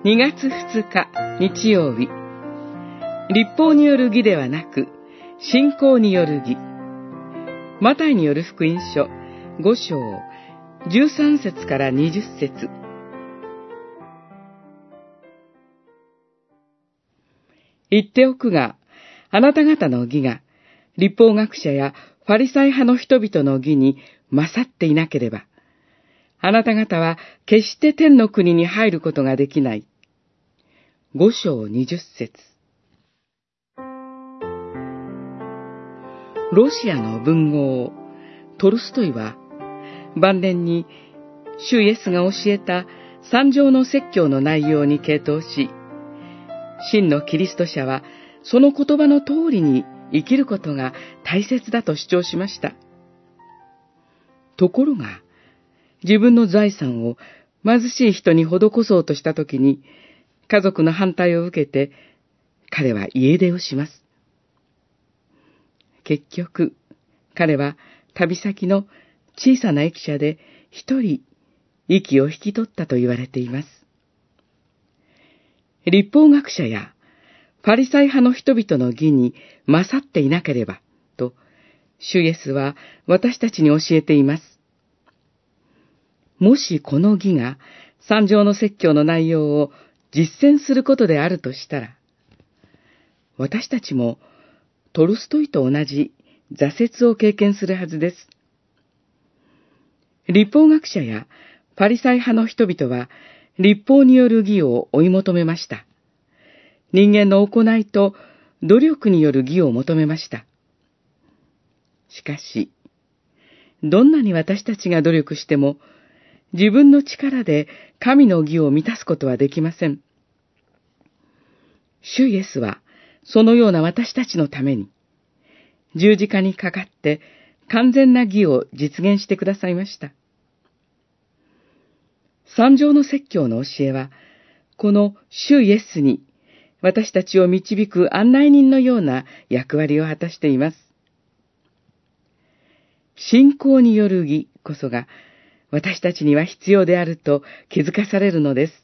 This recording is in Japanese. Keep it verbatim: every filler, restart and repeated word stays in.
にがつふつか日曜日、律法による義ではなく信仰による義。マタイによる福音書ご章じゅうさん節からにじゅっ節。言っておくが、あなた方の義が律法学者やファリサイ派の人々の義に勝っていなければ、あなた方は決して天の国に入ることができない。ご章にじゅっ節。ロシアの文豪トルストイは晩年に主イエスが教えた三条の説教の内容に傾倒し、真のキリスト者はその言葉の通りに生きることが大切だと主張しました。ところが、自分の財産を貧しい人に施そうとしたときに、家族の反対を受けて、彼は家出をします。結局、彼は旅先の小さな駅舎で一人息を引き取ったと言われています。律法学者やファリサイ派の人々の義に勝っていなければ、と、主イエスは私たちに教えています。もしこの義が三条の説教の内容を実践することであるとしたら、私たちもトルストイと同じ挫折を経験するはずです。律法学者やファリサイ派の人々は律法による義を追い求めました。人間の行いと努力による義を求めました。しかし、どんなに私たちが努力しても、自分の力で神の義を満たすことはできません。主イエスは、そのような私たちのために、十字架にかかって完全な義を実現してくださいました。三条の説教の教えは、この主イエスに私たちを導く案内人のような役割を果たしています。信仰による義こそが私たちには必要であると気づかされるのです。